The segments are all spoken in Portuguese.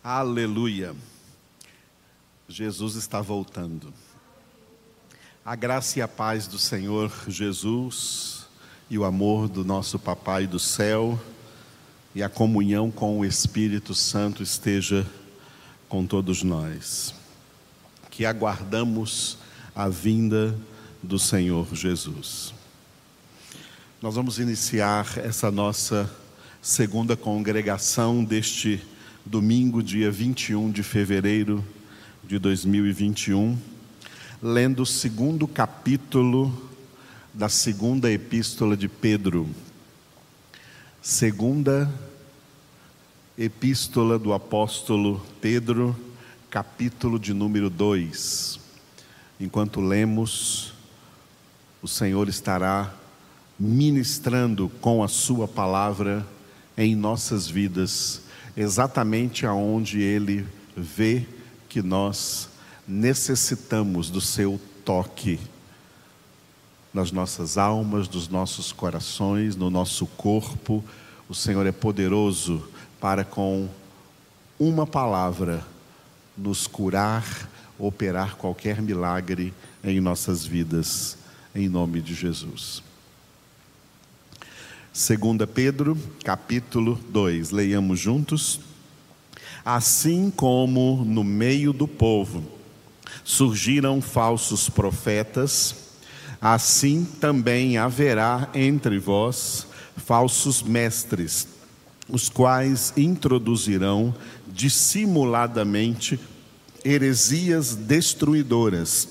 Aleluia! Jesus está voltando. A graça e a paz do Senhor Jesus e o amor do nosso Papai do céu e a comunhão com o Espírito Santo esteja com todos nós, que aguardamos a vinda do Senhor Jesus. Nós vamos iniciar essa nossa segunda congregação deste domingo, dia 21 de fevereiro de 2021, lendo o segundo capítulo da segunda epístola de Pedro. Segunda epístola do apóstolo Pedro, capítulo de número 2. Enquanto lemos, o Senhor estará ministrando com a sua palavra em nossas vidas, exatamente aonde Ele vê que nós necessitamos do seu toque, nas nossas almas, nos nossos corações, no nosso corpo. O Senhor é poderoso para com uma palavra nos curar, operar qualquer milagre em nossas vidas, em nome de Jesus. 2 Pedro, capítulo 2, leiamos juntos. Assim como no meio do povo surgiram falsos profetas, assim também haverá entre vós falsos mestres, os quais introduzirão dissimuladamente heresias destruidoras,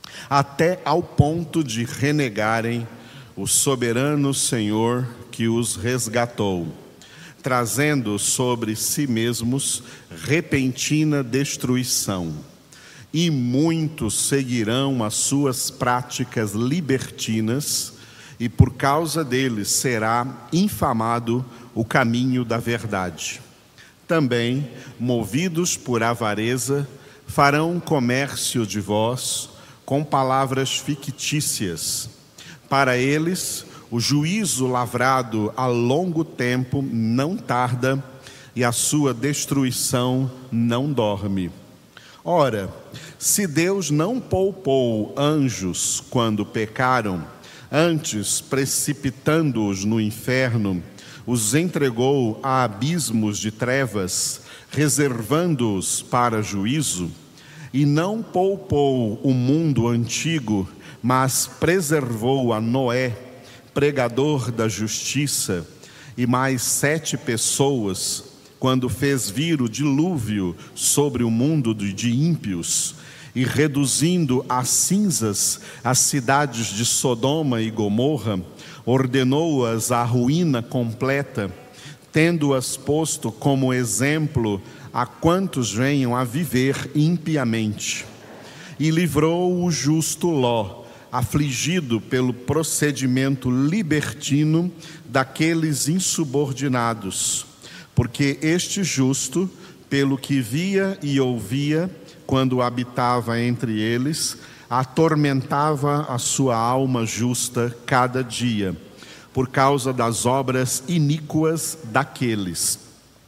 até ao ponto de renegarem o soberano Senhor que os resgatou, trazendo sobre si mesmos repentina destruição. E muitos seguirão as suas práticas libertinas, e por causa deles será infamado o caminho da verdade. Também, movidos por avareza, farão comércio de vós com palavras fictícias. Para eles, o juízo lavrado a longo tempo não tarda, e a sua destruição não dorme. Ora, se Deus não poupou anjos quando pecaram, antes, precipitando-os no inferno, os entregou a abismos de trevas, reservando-os para juízo, e não poupou o mundo antigo, mas preservou a Noé, pregador da justiça, e mais 7 pessoas, quando fez vir o dilúvio sobre o mundo de ímpios, e reduzindo a cinzas as cidades de Sodoma e Gomorra, ordenou-as à ruína completa, tendo-as posto como exemplo a quantos venham a viver impiamente. E livrou o justo Ló, afligido pelo procedimento libertino daqueles insubordinados, porque este justo, pelo que via e ouvia quando habitava entre eles, atormentava a sua alma justa cada dia, por causa das obras iníquas daqueles.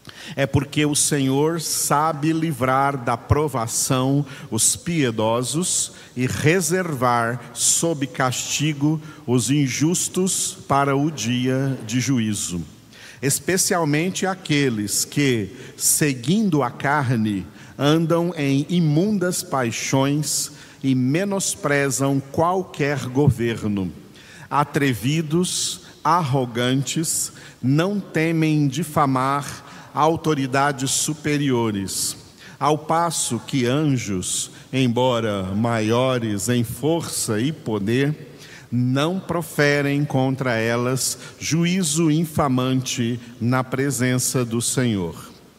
É porque o Senhor sabe livrar da provação os piedosos e reservar sob castigo os injustos para o dia de juízo, especialmente aqueles que, seguindo a carne, andam em imundas paixões e menosprezam qualquer governo, atrevidos, arrogantes, não temem difamar autoridades superiores, ao passo que anjos, embora maiores em força e poder, não proferem contra elas juízo infamante na presença do Senhor.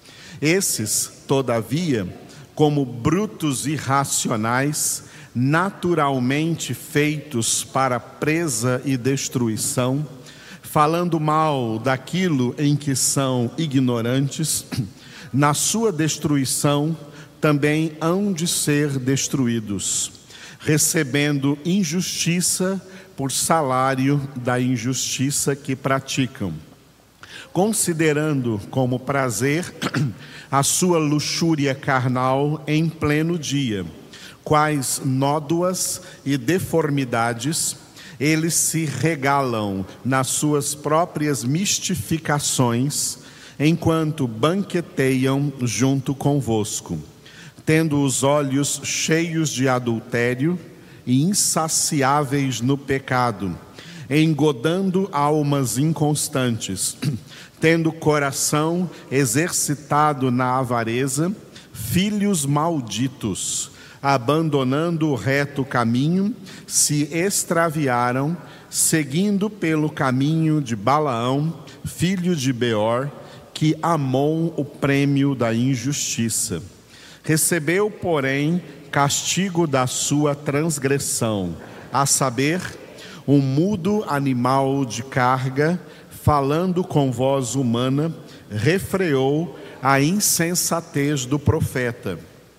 Esses, todavia, como brutos irracionais, naturalmente feitos para presa e destruição, falando mal daquilo em que são ignorantes, na sua destruição também hão de ser destruídos, recebendo injustiça por salário da injustiça que praticam, considerando como prazer a sua luxúria carnal em pleno dia, quais nódoas e deformidades eles se regalam nas suas próprias mistificações, enquanto banqueteiam junto convosco, tendo os olhos cheios de adultério e insaciáveis no pecado, engodando almas inconstantes, tendo coração exercitado na avareza, filhos malditos, abandonando o reto caminho, se extraviaram, seguindo pelo caminho de Balaão, filho de Beor, que amou o prêmio da injustiça. Recebeu, porém, castigo da sua transgressão, a saber, um mudo animal de carga, falando com voz humana, refreou a insensatez do profeta.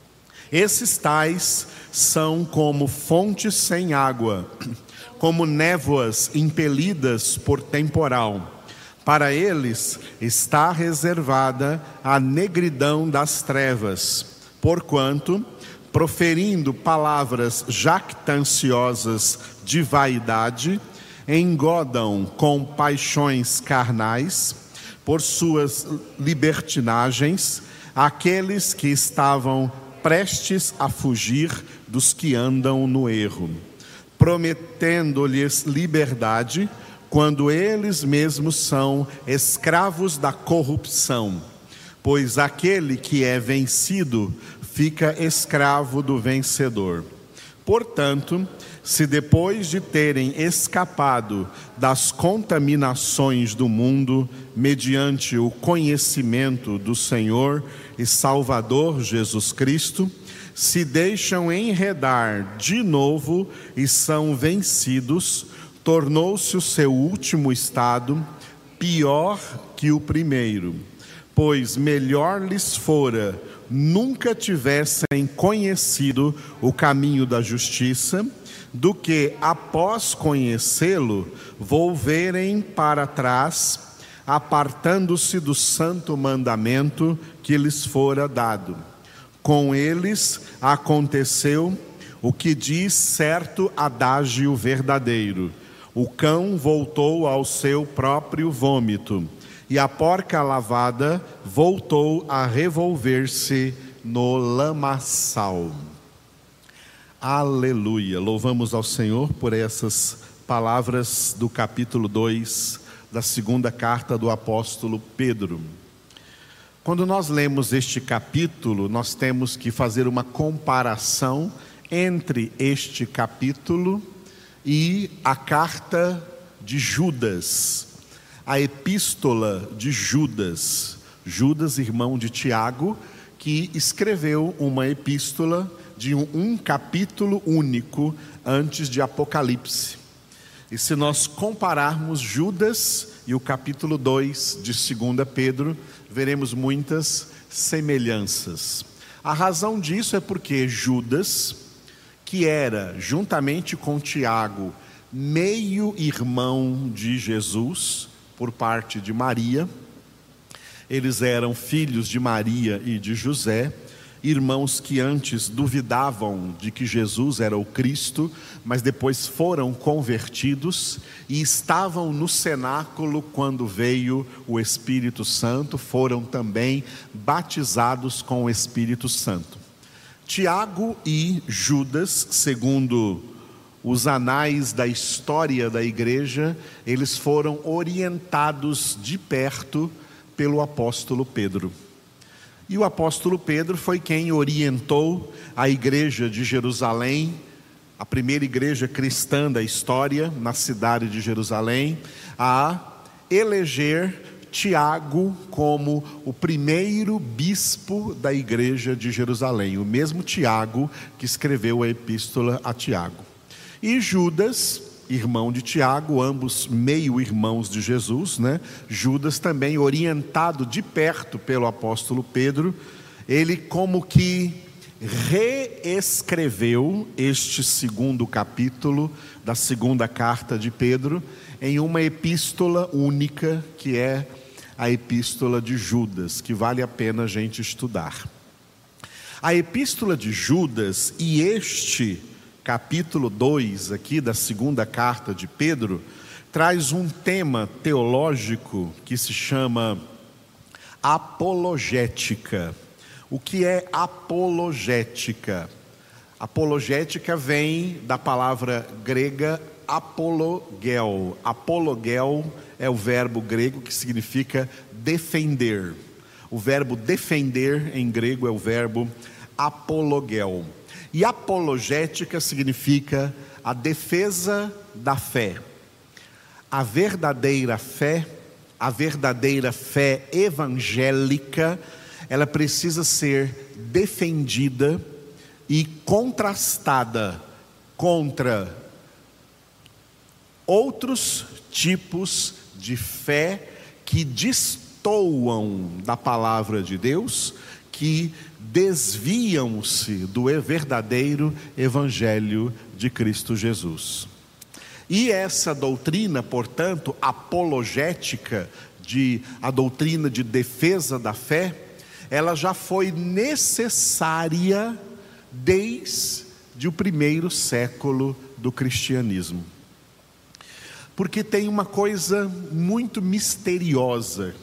Esses tais são como fontes sem água, como névoas impelidas por temporal. Para eles está reservada a negridão das trevas, porquanto, proferindo palavras jactanciosas de vaidade, engodam com paixões carnais, por suas libertinagens, aqueles que estavam prestes a fugir dos que andam no erro, prometendo-lhes liberdade, quando eles mesmos são escravos da corrupção, pois aquele que é vencido fica escravo do vencedor. Portanto, se depois de terem escapado das contaminações do mundo, mediante o conhecimento do Senhor e Salvador Jesus Cristo, se deixam enredar de novo e são vencidos, tornou-se o seu último estado pior que o primeiro, pois melhor lhes fora nunca tivessem conhecido o caminho da justiça, do que, após conhecê-lo, volverem para trás, apartando-se do santo mandamento que lhes fora dado. Com eles aconteceu o que diz certo adágio verdadeiro: o cão voltou ao seu próprio vômito, e a porca lavada voltou a revolver-se no lamaçal. Aleluia! Louvamos ao Senhor por essas palavras do capítulo 2 da segunda carta do apóstolo Pedro. Quando nós lemos este capítulo, nós temos que fazer uma comparação entre este capítulo e a carta de Judas, a epístola de Judas. Judas, irmão de Tiago, que escreveu uma epístola de um capítulo único antes de Apocalipse. E se nós compararmos Judas e o capítulo 2 de 2 Pedro, veremos muitas semelhanças. A razão disso é porque Judas, que era, juntamente com Tiago, meio-irmão de Jesus, por parte de Maria, eles eram filhos de Maria e de José, irmãos que antes duvidavam de que Jesus era o Cristo, mas depois foram convertidos e estavam no cenáculo quando veio o Espírito Santo, foram também batizados com o Espírito Santo. Tiago e Judas, segundo os anais da história da igreja, eles foram orientados de perto pelo apóstolo Pedro. E o apóstolo Pedro foi quem orientou a igreja de Jerusalém, a primeira igreja cristã da história, na cidade de Jerusalém, a eleger Tiago como o primeiro bispo da igreja de Jerusalém, o mesmo Tiago que escreveu a epístola a Tiago. E Judas, irmão de Tiago, ambos meio-irmãos de Jesus, Judas também orientado de perto pelo apóstolo Pedro, ele como que reescreveu este segundo capítulo da segunda carta de Pedro em uma epístola única, que é a epístola de Judas, que vale a pena a gente estudar. A epístola de Judas e este capítulo 2 aqui da segunda carta de Pedro traz um tema teológico que se chama apologética. O que é apologética? Apologética vem da palavra grega apologel. Apologel é o verbo grego que significa defender. O verbo defender em grego é o verbo apologel. E apologética significa a defesa da fé. A verdadeira fé evangélica, ela precisa ser defendida e contrastada contra outros tipos de fé que destoam da palavra de Deus, que desviam-se do verdadeiro evangelho de Cristo Jesus. E essa doutrina, portanto, apologética, a doutrina de defesa da fé, ela já foi necessária desde o primeiro século do cristianismo. Porque tem uma coisa muito misteriosa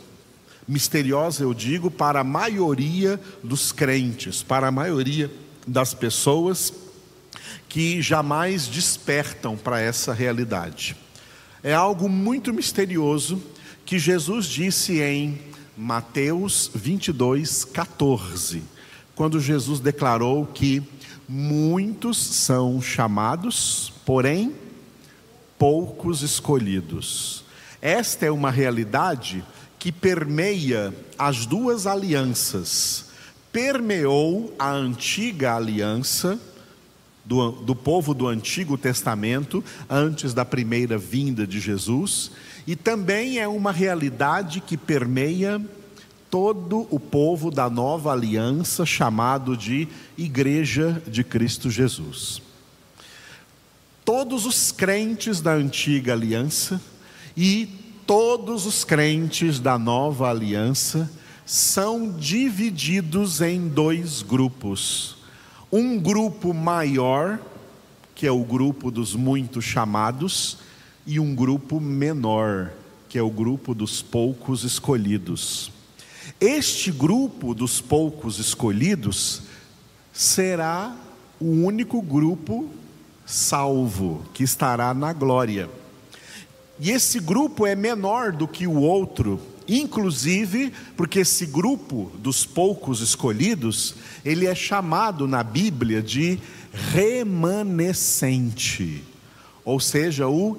eu digo, para a maioria dos crentes, para a maioria das pessoas que jamais despertam para essa realidade. É algo muito misterioso que Jesus disse em Mateus 22:14, quando Jesus declarou que muitos são chamados, porém poucos escolhidos. Esta é uma realidade que permeia as duas alianças. Permeou a antiga aliança do povo do Antigo Testamento, antes da primeira vinda de Jesus, e também é uma realidade que permeia todo o povo da nova aliança, chamado de Igreja de Cristo Jesus. Todos os crentes da antiga aliança e todos os crentes da nova aliança são divididos em dois grupos. Um grupo maior, que é o grupo dos muitos chamados, e um grupo menor, que é o grupo dos poucos escolhidos. Este grupo dos poucos escolhidos será o único grupo salvo, que estará na glória. E esse grupo é menor do que o outro, inclusive porque esse grupo dos poucos escolhidos, ele é chamado na Bíblia de remanescente, ou seja, o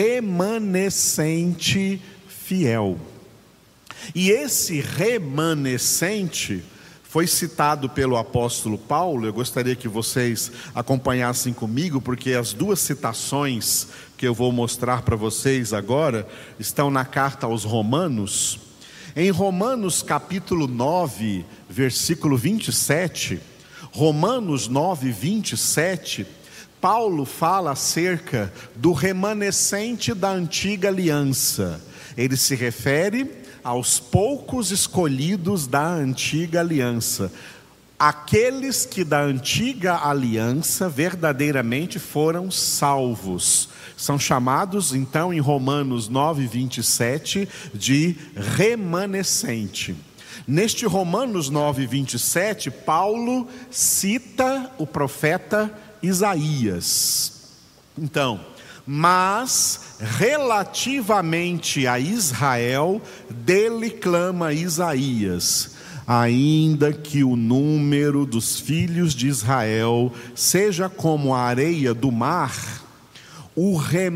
remanescente fiel. E esse remanescente foi citado pelo apóstolo Paulo. Eu gostaria que vocês acompanhassem comigo, porque as duas citações que eu vou mostrar para vocês agora estão na carta aos Romanos. Em Romanos capítulo 9, versículo 27, Romanos 9, 27, Paulo fala acerca do remanescente da antiga aliança. Ele se refere aos poucos escolhidos da antiga aliança, aqueles que da antiga aliança verdadeiramente foram salvos, são chamados então em Romanos 9, 27 de remanescente. Neste Romanos 9, 27, Paulo cita o profeta Isaías. Então, mas relativamente a Israel, dele clama Isaías: ainda que o número dos filhos de Israel seja como a areia do mar, o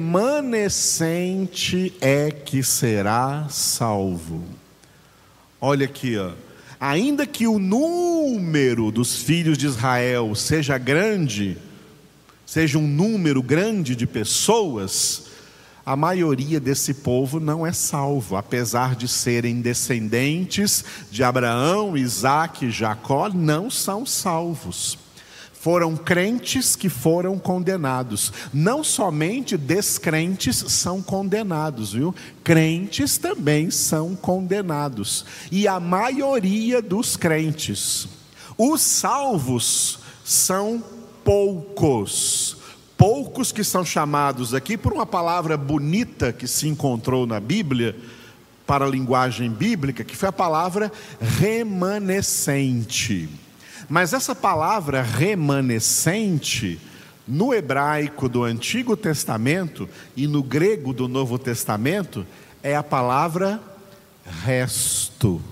remanescente é que será salvo. Olha aqui, ó. Ainda que o número dos filhos de Israel seja grande, seja um número grande de pessoas, a maioria desse povo não é salvo, apesar de serem descendentes de Abraão, Isaque e Jacó, não são salvos. Foram crentes que foram condenados. Não somente descrentes são condenados, viu? Crentes também são condenados. E a maioria dos crentes. Os salvos são poucos. Poucos que são chamados aqui por uma palavra bonita que se encontrou na Bíblia, para a linguagem bíblica, que foi a palavra remanescente. Mas essa palavra remanescente, no hebraico do Antigo Testamento e no grego do Novo Testamento, é a palavra resto.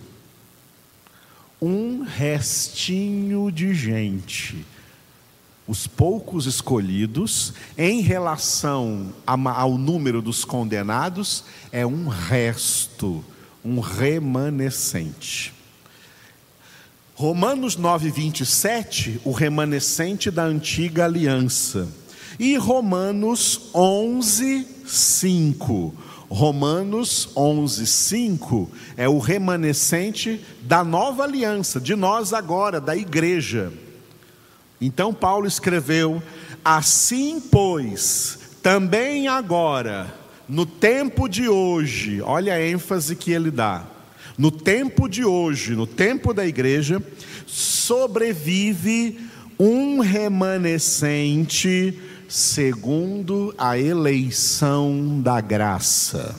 Um restinho de gente. Os poucos escolhidos, em relação ao número dos condenados, é um resto, um remanescente. Romanos 9:27, o remanescente da antiga aliança. E Romanos 11:5. Romanos 11:5 é o remanescente da nova aliança, de nós agora, da igreja. Então Paulo escreveu: assim pois, também agora, no tempo de hoje, olha a ênfase que ele dá. No tempo de hoje, no tempo da igreja, sobrevive um remanescente segundo a eleição da graça.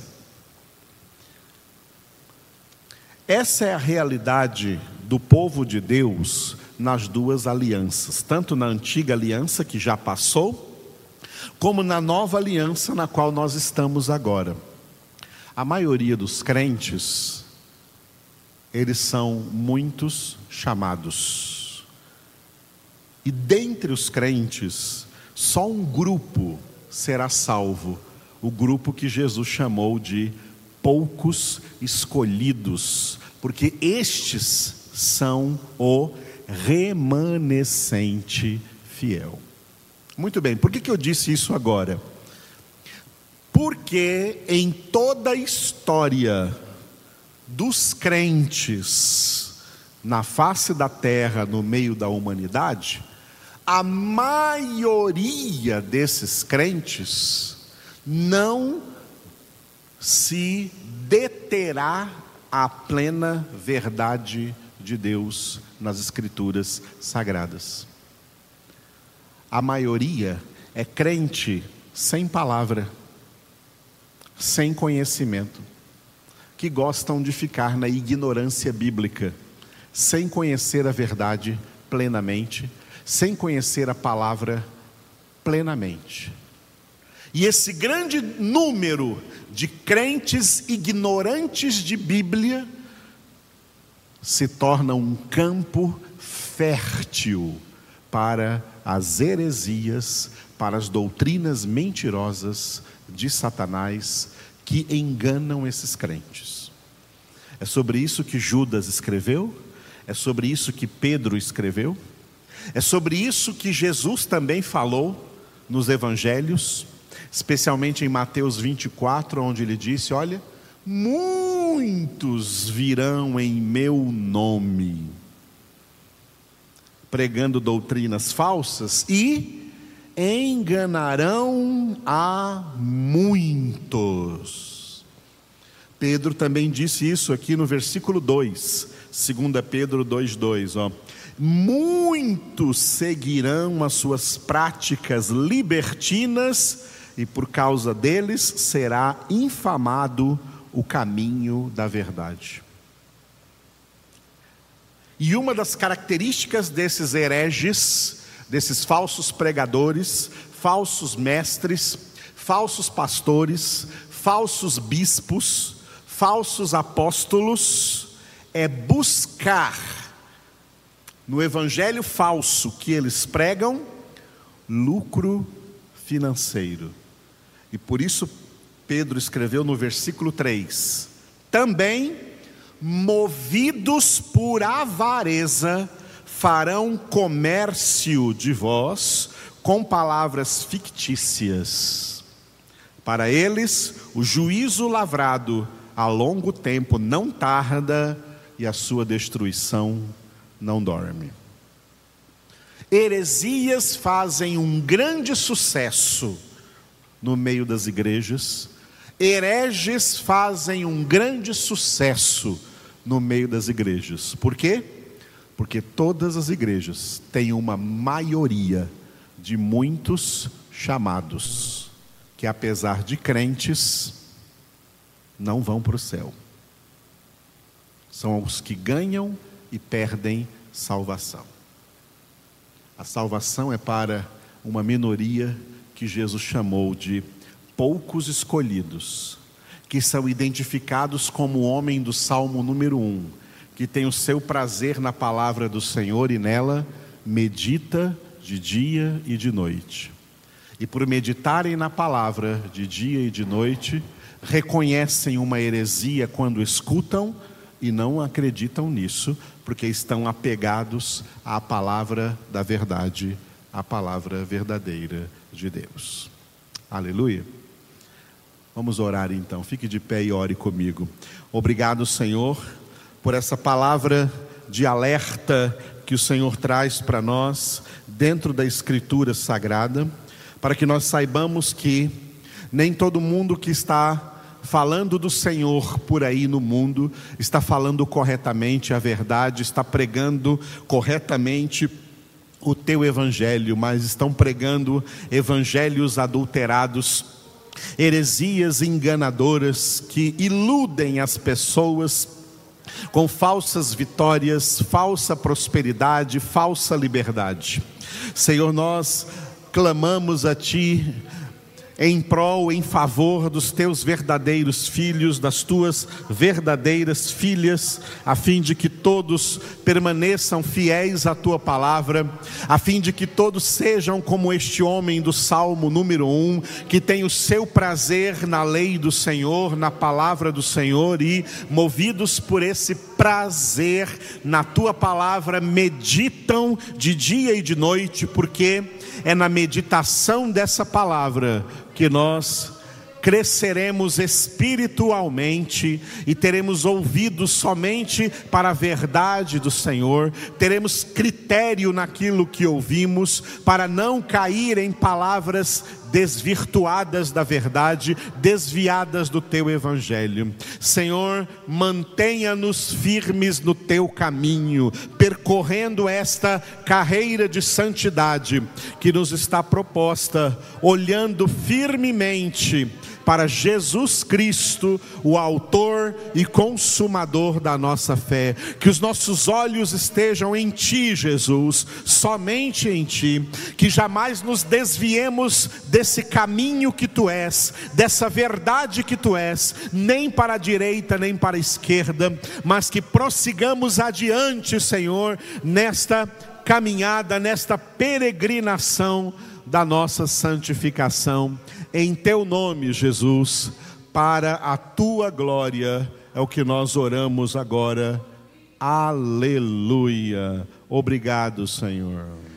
Essa é a realidade do povo de Deus nas duas alianças, tanto na antiga aliança que já passou, como na nova aliança na qual nós estamos agora. A maioria dos crentes, eles são muitos chamados. E dentre os crentes, só um grupo será salvo, o grupo que Jesus chamou de poucos escolhidos, porque estes são o remanescente fiel. Muito bem, por que eu disse isso agora? Porque em toda a história dos crentes na face da terra, no meio da humanidade, a maioria desses crentes não se deterá à plena verdade de Deus nas Escrituras Sagradas. A maioria é crente sem palavra, sem conhecimento, que gostam de ficar na ignorância bíblica, sem conhecer a verdade plenamente, sem conhecer a palavra plenamente. E esse grande número de crentes ignorantes de Bíblia se torna um campo fértil para as heresias, para as doutrinas mentirosas de Satanás que enganam esses crentes. É sobre isso que Judas escreveu, é sobre isso que Pedro escreveu, é sobre isso que Jesus também falou nos evangelhos, especialmente em Mateus 24, onde ele disse: olha, muitos virão em meu nome, pregando doutrinas falsas, e enganarão a muitos. Pedro também disse isso aqui no versículo 2, 2 Pedro 2:2, muitos seguirão as suas práticas libertinas, e por causa deles será infamado o caminho da verdade. E uma das características desses hereges, desses falsos pregadores, falsos mestres, falsos pastores, falsos bispos, falsos apóstolos, é buscar no evangelho falso que eles pregam lucro financeiro. E por isso Pedro escreveu no versículo 3: também, movidos por avareza, farão comércio de vós com palavras fictícias. Para eles, o juízo lavrado a longo tempo não tarda, e a sua destruição não dorme. Heresias fazem um grande sucesso no meio das igrejas. Hereges fazem um grande sucesso no meio das igrejas. Por quê? Porque todas as igrejas têm uma maioria de muitos chamados, que apesar de crentes, não vão para o céu. São os que ganham e perdem salvação. A salvação é para uma minoria que Jesus chamou de poucos escolhidos, que são identificados como o homem do Salmo número 1, que tem o seu prazer na palavra do Senhor e nela medita de dia e de noite. E por meditarem na palavra de dia e de noite, reconhecem uma heresia quando escutam e não acreditam nisso, porque estão apegados à palavra da verdade, à palavra verdadeira de Deus. Aleluia. Vamos orar então. Fique de pé e ore comigo. Obrigado, Senhor, por essa palavra de alerta que o Senhor traz para nós dentro da Escritura Sagrada, para que nós saibamos que nem todo mundo que está falando do Senhor por aí no mundo está falando corretamente a verdade, está pregando corretamente o teu evangelho, mas estão pregando evangelhos adulterados, heresias enganadoras que iludem as pessoas com falsas vitórias, falsa prosperidade, falsa liberdade. Senhor, nós clamamos a Ti em prol, em favor dos Teus verdadeiros filhos, das Tuas verdadeiras filhas, a fim de que todos permaneçam fiéis à Tua palavra, a fim de que todos sejam como este homem do Salmo número 1, que tem o seu prazer na lei do Senhor, na palavra do Senhor, e movidos por esse prazer na Tua palavra, meditam de dia e de noite, porque é na meditação dessa palavra que nós cresceremos espiritualmente e teremos ouvidos somente para a verdade do Senhor, teremos critério naquilo que ouvimos, para não cair em palavras desvirtuadas da verdade, desviadas do Teu Evangelho. Senhor, mantenha-nos firmes no Teu caminho, percorrendo esta carreira de santidade que nos está proposta, olhando firmemente para Jesus Cristo, o autor e consumador da nossa fé. Que os nossos olhos estejam em Ti, Jesus, somente em Ti, que jamais nos desviemos desse caminho que Tu és, dessa verdade que Tu és, nem para a direita, nem para a esquerda, mas que prossigamos adiante, Senhor, nesta caminhada, nesta peregrinação da nossa santificação. Em Teu nome, Jesus, para a Tua glória, é o que nós oramos agora. Aleluia. Obrigado, Senhor.